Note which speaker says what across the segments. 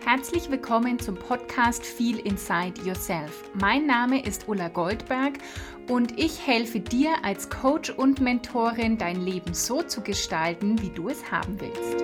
Speaker 1: Herzlich willkommen zum Podcast Feel Inside Yourself. Mein Name ist Ulla Goldberg und ich helfe dir als Coach und Mentorin, dein Leben so zu gestalten, wie du es haben willst.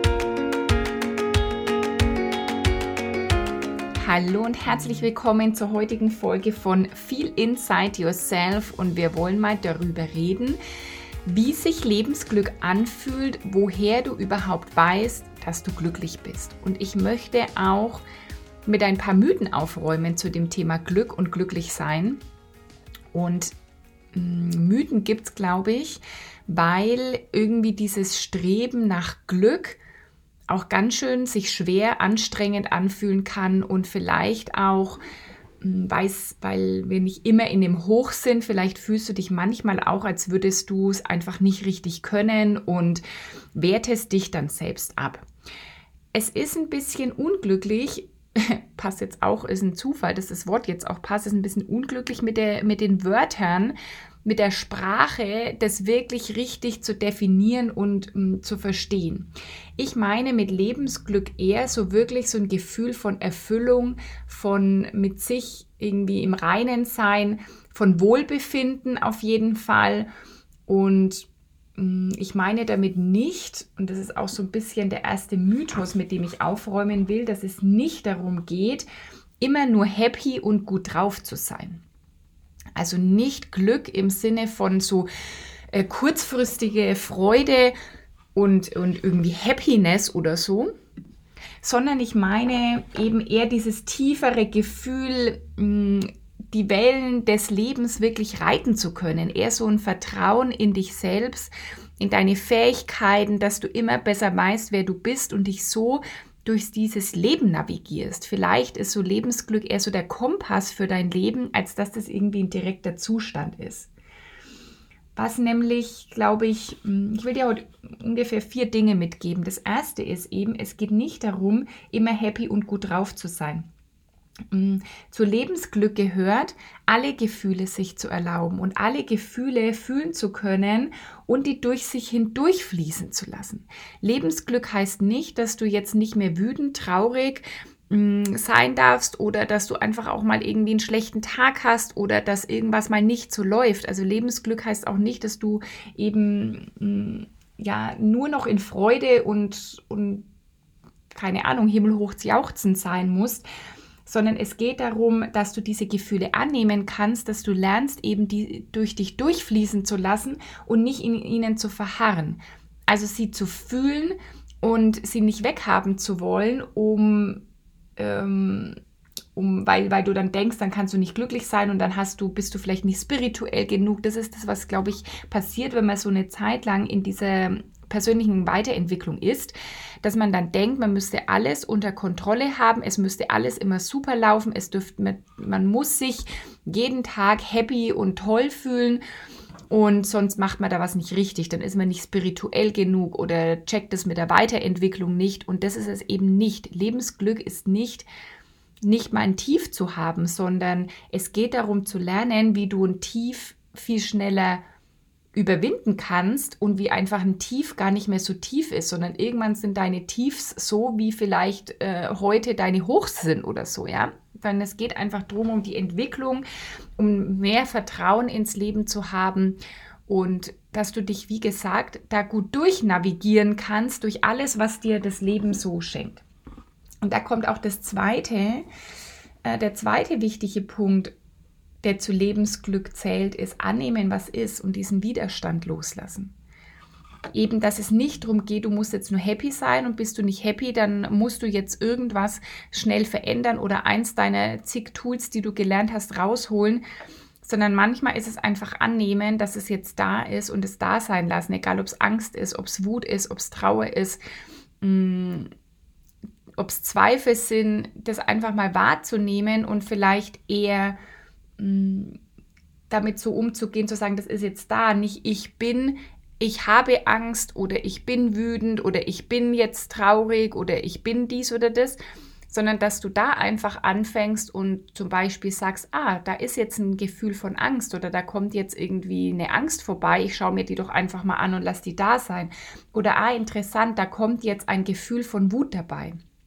Speaker 1: Hallo und herzlich willkommen zur heutigen Folge von Feel Inside Yourself und wir wollen mal darüber reden, wie sich Lebensglück anfühlt, woher du überhaupt weißt, dass du glücklich bist. Und ich möchte auch mit ein paar Mythen aufräumen zu dem Thema Glück und Glücklichsein. Und Mythen gibt es, glaube ich, weil irgendwie dieses Streben nach Glück auch ganz schön sich schwer, anstrengend anfühlen kann und vielleicht auch, weil wir nicht immer in dem Hoch sind, vielleicht fühlst du dich manchmal auch, als würdest du es einfach nicht richtig können und wertest dich dann selbst ab. Es ist ein bisschen unglücklich, passt jetzt auch, ist ein Zufall, dass das Wort jetzt auch passt, ist ein bisschen unglücklich mit den Wörtern, mit der Sprache, das wirklich richtig zu definieren und zu verstehen. Ich meine mit Lebensglück eher so wirklich so ein Gefühl von Erfüllung, von mit sich irgendwie im Reinen sein, von Wohlbefinden auf jeden Fall. Und ich meine damit nicht, und das ist auch so ein bisschen der erste Mythos, mit dem ich aufräumen will, dass es nicht darum geht, immer nur happy und gut drauf zu sein. Also nicht Glück im Sinne von so kurzfristige Freude und irgendwie Happiness oder so, sondern ich meine eben eher dieses tiefere Gefühl, die Wellen des Lebens wirklich reiten zu können. Eher so ein Vertrauen in dich selbst, in deine Fähigkeiten, dass du immer besser weißt, wer du bist und dich so durch dieses Leben navigierst. Vielleicht ist so Lebensglück eher so der Kompass für dein Leben, als dass das irgendwie ein direkter Zustand ist. Was nämlich, glaube ich will dir heute ungefähr 4 Dinge mitgeben. Das erste ist eben, es geht nicht darum, immer happy und gut drauf zu sein. Zu Lebensglück gehört, alle Gefühle sich zu erlauben und alle Gefühle fühlen zu können und die durch sich hindurchfließen zu lassen. Lebensglück heißt nicht, dass du jetzt nicht mehr wütend, traurig sein darfst oder dass du einfach auch mal irgendwie einen schlechten Tag hast oder dass irgendwas mal nicht so läuft. Also Lebensglück heißt auch nicht, dass du eben nur noch in Freude und keine Ahnung, himmelhoch jauchzend sein musst, sondern es geht darum, dass du diese Gefühle annehmen kannst, dass du lernst, eben die durch dich durchfließen zu lassen und nicht in ihnen zu verharren. Also sie zu fühlen und sie nicht weghaben zu wollen, weil du dann denkst, dann kannst du nicht glücklich sein und dann bist du vielleicht nicht spirituell genug. Das ist das, was, glaube ich, passiert, wenn man so eine Zeit lang in dieser persönlichen Weiterentwicklung ist, dass man dann denkt, man müsste alles unter Kontrolle haben, es müsste alles immer super laufen, man muss sich jeden Tag happy und toll fühlen und sonst macht man da was nicht richtig, dann ist man nicht spirituell genug oder checkt es mit der Weiterentwicklung nicht und das ist es eben nicht. Lebensglück ist nicht mal ein Tief zu haben, sondern es geht darum zu lernen, wie du ein Tief viel schneller überwinden kannst und wie einfach ein Tief gar nicht mehr so tief ist, sondern irgendwann sind deine Tiefs so, wie vielleicht heute deine Hochs sind oder so, ja. Denn es geht einfach darum, um die Entwicklung, um mehr Vertrauen ins Leben zu haben und dass du dich, wie gesagt, da gut durchnavigieren kannst durch alles, was dir das Leben so schenkt. Und da kommt auch der zweite wichtige Punkt, der zu Lebensglück zählt, ist annehmen, was ist und diesen Widerstand loslassen. Eben, dass es nicht darum geht, du musst jetzt nur happy sein und bist du nicht happy, dann musst du jetzt irgendwas schnell verändern oder eins deiner zig Tools, die du gelernt hast, rausholen, sondern manchmal ist es einfach annehmen, dass es jetzt da ist und es da sein lassen, egal ob es Angst ist, ob es Wut ist, ob es Trauer ist, ob es Zweifel sind, das einfach mal wahrzunehmen und vielleicht eher damit so umzugehen, zu sagen, das ist jetzt da, nicht ich habe Angst oder ich bin wütend oder ich bin jetzt traurig oder ich bin dies oder das, sondern dass du da einfach anfängst und zum Beispiel sagst, da ist jetzt ein Gefühl von Angst oder da kommt jetzt irgendwie eine Angst vorbei, ich schaue mir die doch einfach mal an und lass die da sein. Oder interessant, da kommt jetzt ein Gefühl von Wut dabei.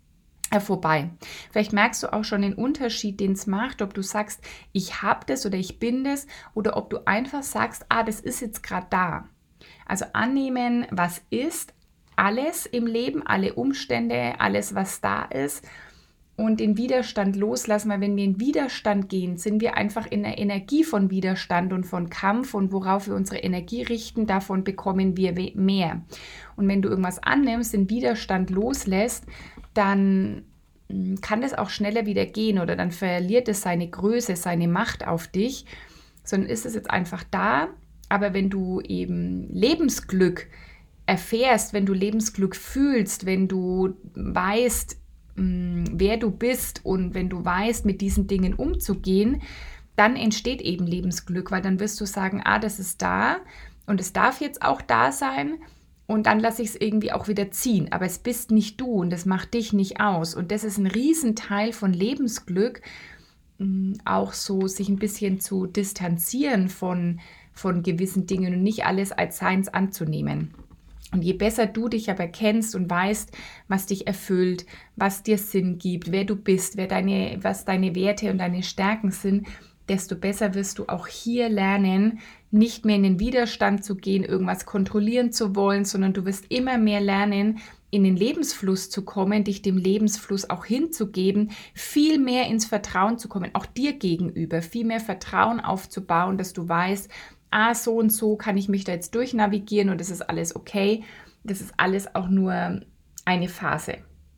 Speaker 1: vorbei. Vielleicht merkst du auch schon den Unterschied, den es macht, ob du sagst, ich habe das oder ich bin das, oder ob du einfach sagst, das ist jetzt gerade da. Also annehmen, was ist, alles im Leben, alle Umstände, alles, was da ist, und den Widerstand loslassen, weil wenn wir in Widerstand gehen, sind wir einfach in der Energie von Widerstand und von Kampf, und worauf wir unsere Energie richten, davon bekommen wir mehr. Und wenn du irgendwas annimmst, den Widerstand loslässt, dann kann das auch schneller wieder gehen, oder dann verliert es seine Größe, seine Macht auf dich, sondern ist es jetzt einfach da. Aber wenn du eben Lebensglück erfährst, wenn du Lebensglück fühlst, wenn du weißt, wer du bist, und wenn du weißt, mit diesen Dingen umzugehen, dann entsteht eben Lebensglück, weil dann wirst du sagen, das ist da und es darf jetzt auch da sein, und dann lasse ich es irgendwie auch wieder ziehen. Aber es bist nicht du und das macht dich nicht aus. Und das ist ein Riesenteil von Lebensglück, auch so sich ein bisschen zu distanzieren von gewissen Dingen und nicht alles als Seins anzunehmen. Und je besser du dich aber kennst und weißt, was dich erfüllt, was dir Sinn gibt, wer du bist, was deine Werte und deine Stärken sind, desto besser wirst du auch hier lernen, nicht mehr in den Widerstand zu gehen, irgendwas kontrollieren zu wollen, sondern du wirst immer mehr lernen, in den Lebensfluss zu kommen, dich dem Lebensfluss auch hinzugeben, viel mehr ins Vertrauen zu kommen, auch dir gegenüber, viel mehr Vertrauen aufzubauen, dass du weißt, so und so kann ich mich da jetzt durchnavigieren und es ist alles okay. Das ist alles auch nur eine Phase.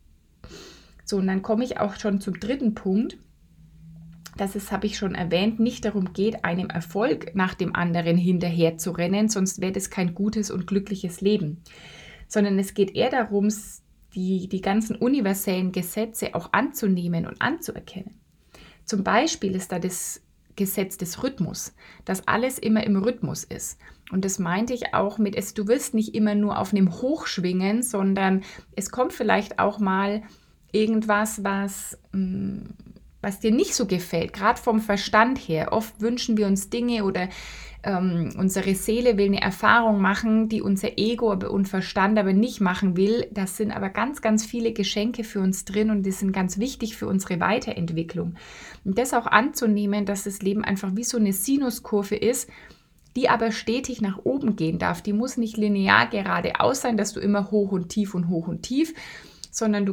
Speaker 1: So, und dann komme ich auch schon zum dritten Punkt, dass es, habe ich schon erwähnt, nicht darum geht, einem Erfolg nach dem anderen hinterher zu rennen, sonst wäre das kein gutes und glückliches Leben. Sondern es geht eher darum, die ganzen universellen Gesetze auch anzunehmen und anzuerkennen. Zum Beispiel ist da das Gesetz des Rhythmus, dass alles immer im Rhythmus ist. Und das meinte ich auch mit, du wirst nicht immer nur auf einem Hoch schwingen, sondern es kommt vielleicht auch mal irgendwas, was dir nicht so gefällt, gerade vom Verstand her. Oft wünschen wir uns Dinge oder unsere Seele will eine Erfahrung machen, die unser Ego und Verstand aber nicht machen will. Das sind aber ganz, ganz viele Geschenke für uns drin und die sind ganz wichtig für unsere Weiterentwicklung. Und das auch anzunehmen, dass das Leben einfach wie so eine Sinuskurve ist, die aber stetig nach oben gehen darf. Die muss nicht linear geradeaus sein, dass du immer hoch und tief, sondern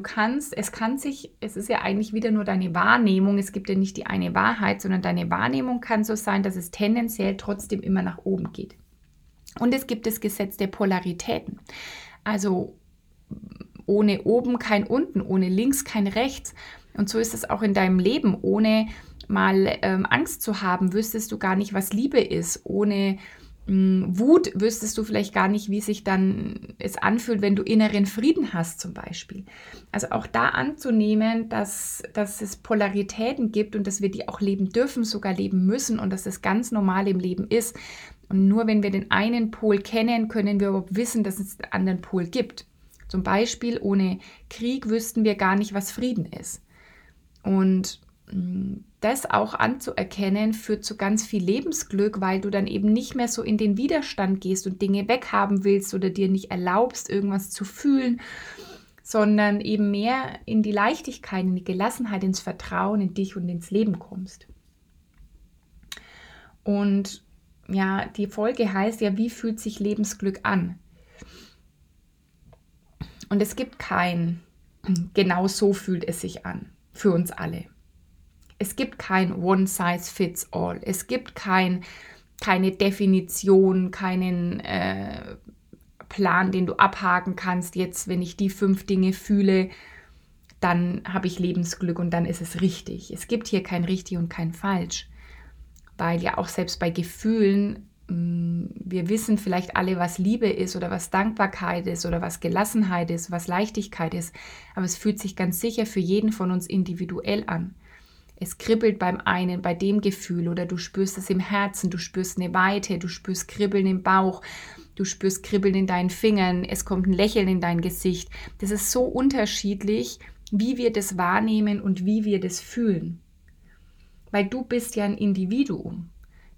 Speaker 1: es ist ja eigentlich wieder nur deine Wahrnehmung, es gibt ja nicht die eine Wahrheit, sondern deine Wahrnehmung kann so sein, dass es tendenziell trotzdem immer nach oben geht. Und es gibt das Gesetz der Polaritäten. Also ohne oben kein unten, ohne links kein rechts. Und so ist es auch in deinem Leben. Ohne mal Angst zu haben, wüsstest du gar nicht, was Liebe ist. Ohne Wut wüsstest du vielleicht gar nicht, wie sich dann es anfühlt, wenn du inneren Frieden hast zum Beispiel. Also auch da anzunehmen, dass es Polaritäten gibt und dass wir die auch leben dürfen, sogar leben müssen und dass das ganz normal im Leben ist. Und nur wenn wir den einen Pol kennen, können wir überhaupt wissen, dass es den anderen Pol gibt. Zum Beispiel ohne Krieg wüssten wir gar nicht, was Frieden ist. Und das auch anzuerkennen, führt zu ganz viel Lebensglück, weil du dann eben nicht mehr so in den Widerstand gehst und Dinge weghaben willst oder dir nicht erlaubst, irgendwas zu fühlen, sondern eben mehr in die Leichtigkeit, in die Gelassenheit, ins Vertrauen in dich und ins Leben kommst. Und ja, die Folge heißt ja, wie fühlt sich Lebensglück an? Und es gibt kein, genau so fühlt es sich an, für uns alle. Es gibt kein One Size Fits All. Es gibt keine Definition, keinen Plan, den du abhaken kannst. Jetzt, wenn ich die 5 Dinge fühle, dann habe ich Lebensglück und dann ist es richtig. Es gibt hier kein richtig und kein falsch, weil ja auch selbst bei Gefühlen, wir wissen vielleicht alle, was Liebe ist oder was Dankbarkeit ist oder was Gelassenheit ist, was Leichtigkeit ist, aber es fühlt sich ganz sicher für jeden von uns individuell an. Es kribbelt beim einen, bei dem Gefühl oder du spürst es im Herzen, du spürst eine Weite, du spürst Kribbeln im Bauch, du spürst Kribbeln in deinen Fingern, es kommt ein Lächeln in dein Gesicht. Das ist so unterschiedlich, wie wir das wahrnehmen und wie wir das fühlen. Weil du bist ja ein Individuum.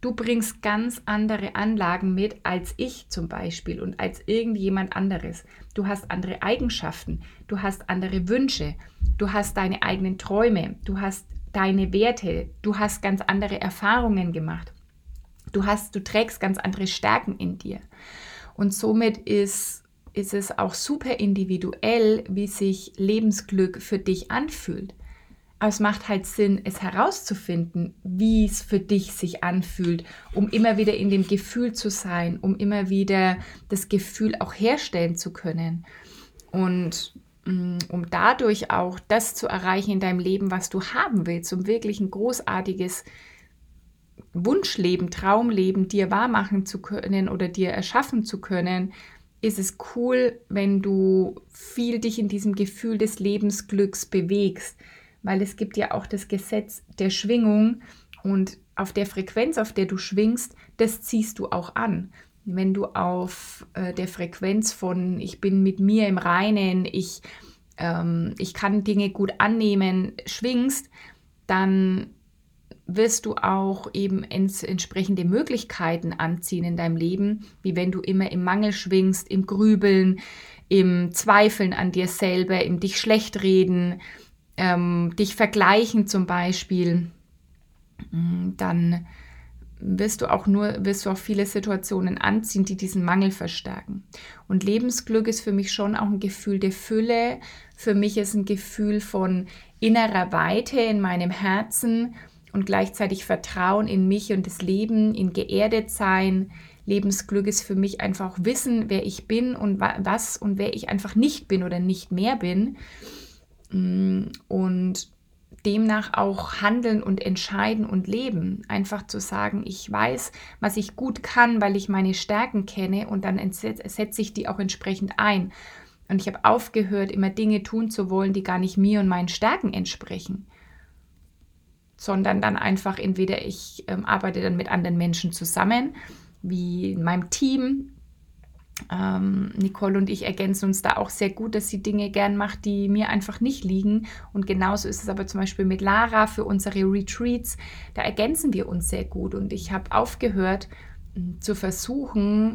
Speaker 1: Du bringst ganz andere Anlagen mit als ich zum Beispiel und als irgendjemand anderes. Du hast andere Eigenschaften, du hast andere Wünsche, du hast deine eigenen Träume, du hast deine Werte, du hast ganz andere Erfahrungen gemacht. Du trägst ganz andere Stärken in dir. Und somit ist es auch super individuell, wie sich Lebensglück für dich anfühlt. Aber es macht halt Sinn, es herauszufinden, wie es für dich sich anfühlt, um immer wieder in dem Gefühl zu sein, um immer wieder das Gefühl auch herstellen zu können. Und um dadurch auch das zu erreichen in deinem Leben, was du haben willst, um wirklich ein großartiges Wunschleben, Traumleben dir wahrmachen zu können oder dir erschaffen zu können, ist es cool, wenn du viel dich in diesem Gefühl des Lebensglücks bewegst. Weil es gibt ja auch das Gesetz der Schwingung und auf der Frequenz, auf der du schwingst, das ziehst du auch an. Wenn du auf der Frequenz von ich bin mit mir im Reinen, ich kann Dinge gut annehmen, schwingst, dann wirst du auch eben entsprechende Möglichkeiten anziehen in deinem Leben, wie wenn du immer im Mangel schwingst, im Grübeln, im Zweifeln an dir selber, im dich schlecht reden, dich vergleichen zum Beispiel, dann wirst du auch viele Situationen anziehen, die diesen Mangel verstärken. Und Lebensglück ist für mich schon auch ein Gefühl der Fülle. Für mich ist ein Gefühl von innerer Weite in meinem Herzen und gleichzeitig Vertrauen in mich und das Leben, in geerdet sein. Lebensglück ist für mich einfach wissen, wer ich bin und was und wer ich einfach nicht bin oder nicht mehr bin. Und demnach auch handeln und entscheiden und leben. Einfach zu sagen, ich weiß, was ich gut kann, weil ich meine Stärken kenne und dann setze ich die auch entsprechend ein. Und ich habe aufgehört, immer Dinge tun zu wollen, die gar nicht mir und meinen Stärken entsprechen. Sondern dann einfach entweder ich arbeite dann mit anderen Menschen zusammen, wie in meinem Team. Nicole und ich ergänzen uns da auch sehr gut, dass sie Dinge gern macht, die mir einfach nicht liegen. Und genauso ist es aber zum Beispiel mit Lara für unsere Retreats. Da ergänzen wir uns sehr gut. Und ich habe aufgehört zu versuchen,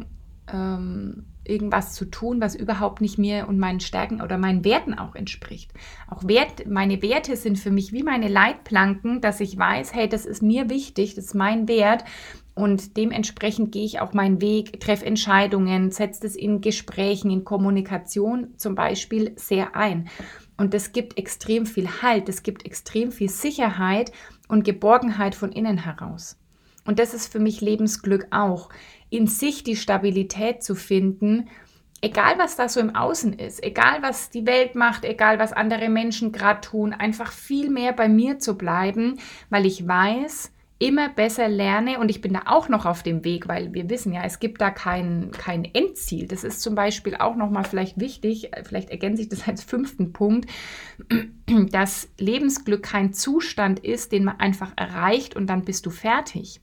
Speaker 1: irgendwas zu tun, was überhaupt nicht mir und meinen Stärken oder meinen Werten auch entspricht. Meine Werte sind für mich wie meine Leitplanken, dass ich weiß, hey, das ist mir wichtig, das ist mein Wert. Und dementsprechend gehe ich auch meinen Weg, treffe Entscheidungen, setze es in Gesprächen, in Kommunikation zum Beispiel sehr ein. Und das gibt extrem viel Halt, das gibt extrem viel Sicherheit und Geborgenheit von innen heraus. Und das ist für mich Lebensglück auch, in sich die Stabilität zu finden, egal was da so im Außen ist, egal was die Welt macht, egal was andere Menschen gerade tun, einfach viel mehr bei mir zu bleiben, weil ich weiß, immer besser lerne und ich bin da auch noch auf dem Weg, weil wir wissen ja, es gibt da kein Endziel. Das ist zum Beispiel auch nochmal vielleicht wichtig, vielleicht ergänze ich das als 5. Punkt, dass Lebensglück kein Zustand ist, den man einfach erreicht und dann bist du fertig,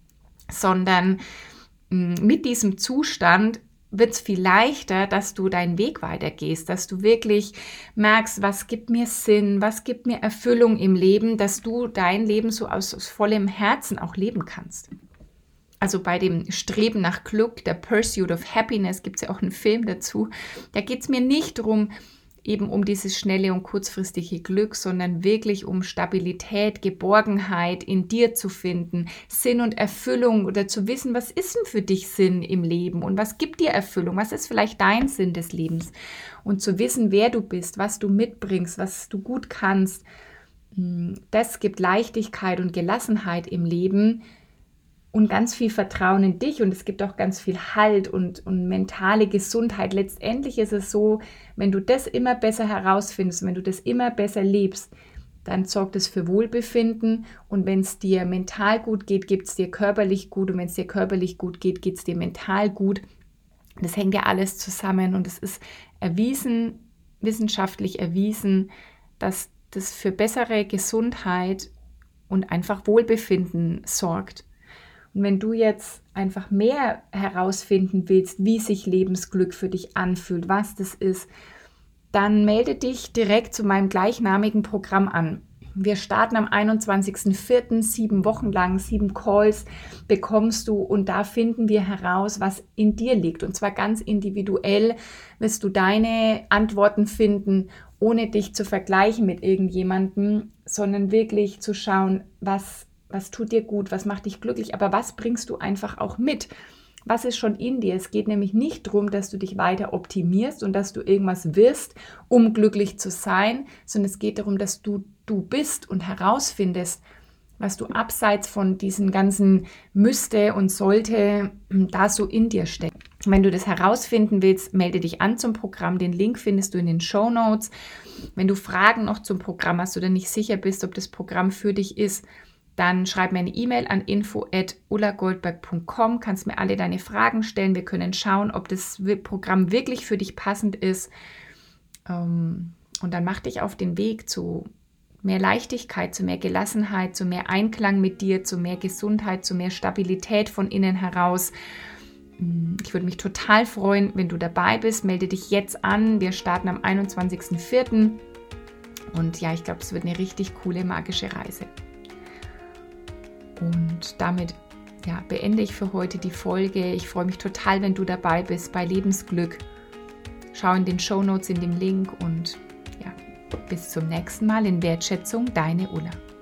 Speaker 1: sondern mit diesem Zustand wird es viel leichter, dass du deinen Weg weitergehst, dass du wirklich merkst, was gibt mir Sinn, was gibt mir Erfüllung im Leben, dass du dein Leben so aus vollem Herzen auch leben kannst. Also bei dem Streben nach Glück, der Pursuit of Happiness, gibt es ja auch einen Film dazu. Da geht es mir nicht darum, eben um dieses schnelle und kurzfristige Glück, sondern wirklich um Stabilität, Geborgenheit in dir zu finden, Sinn und Erfüllung oder zu wissen, was ist denn für dich Sinn im Leben und was gibt dir Erfüllung, was ist vielleicht dein Sinn des Lebens und zu wissen, wer du bist, was du mitbringst, was du gut kannst, das gibt Leichtigkeit und Gelassenheit im Leben und ganz viel Vertrauen in dich und es gibt auch ganz viel Halt und mentale Gesundheit. Letztendlich ist es so, wenn du das immer besser herausfindest, wenn du das immer besser lebst, dann sorgt es für Wohlbefinden und wenn es dir mental gut geht, geht es dir körperlich gut und wenn es dir körperlich gut geht, geht es dir mental gut. Das hängt ja alles zusammen und es ist erwiesen, wissenschaftlich erwiesen, dass das für bessere Gesundheit und einfach Wohlbefinden sorgt. Und wenn du jetzt einfach mehr herausfinden willst, wie sich Lebensglück für dich anfühlt, was das ist, dann melde dich direkt zu meinem gleichnamigen Programm an. Wir starten am 21.04. 7 Wochen lang, 7 Calls bekommst du und da finden wir heraus, was in dir liegt. Und zwar ganz individuell wirst du deine Antworten finden, ohne dich zu vergleichen mit irgendjemandem, sondern wirklich zu schauen, was tut dir gut, was macht dich glücklich, aber was bringst du einfach auch mit? Was ist schon in dir? Es geht nämlich nicht darum, dass du dich weiter optimierst und dass du irgendwas wirst, um glücklich zu sein, sondern es geht darum, dass du bist und herausfindest, was du abseits von diesen ganzen müsste und sollte da so in dir steckt. Wenn du das herausfinden willst, melde dich an zum Programm. Den Link findest du in den Shownotes. Wenn du Fragen noch zum Programm hast oder nicht sicher bist, ob das Programm für dich ist, dann schreib mir eine E-Mail an info@ullagoldberg.com, kannst mir alle deine Fragen stellen. Wir können schauen, ob das Programm wirklich für dich passend ist. Und dann mach dich auf den Weg zu mehr Leichtigkeit, zu mehr Gelassenheit, zu mehr Einklang mit dir, zu mehr Gesundheit, zu mehr Stabilität von innen heraus. Ich würde mich total freuen, wenn du dabei bist. Melde dich jetzt an. Wir starten am 21.04. Und ja, ich glaube, es wird eine richtig coole, magische Reise. Und damit beende ich für heute die Folge. Ich freue mich total, wenn du dabei bist bei Lebensglück. Schau in den Shownotes in dem Link und bis zum nächsten Mal in Wertschätzung, deine Ulla.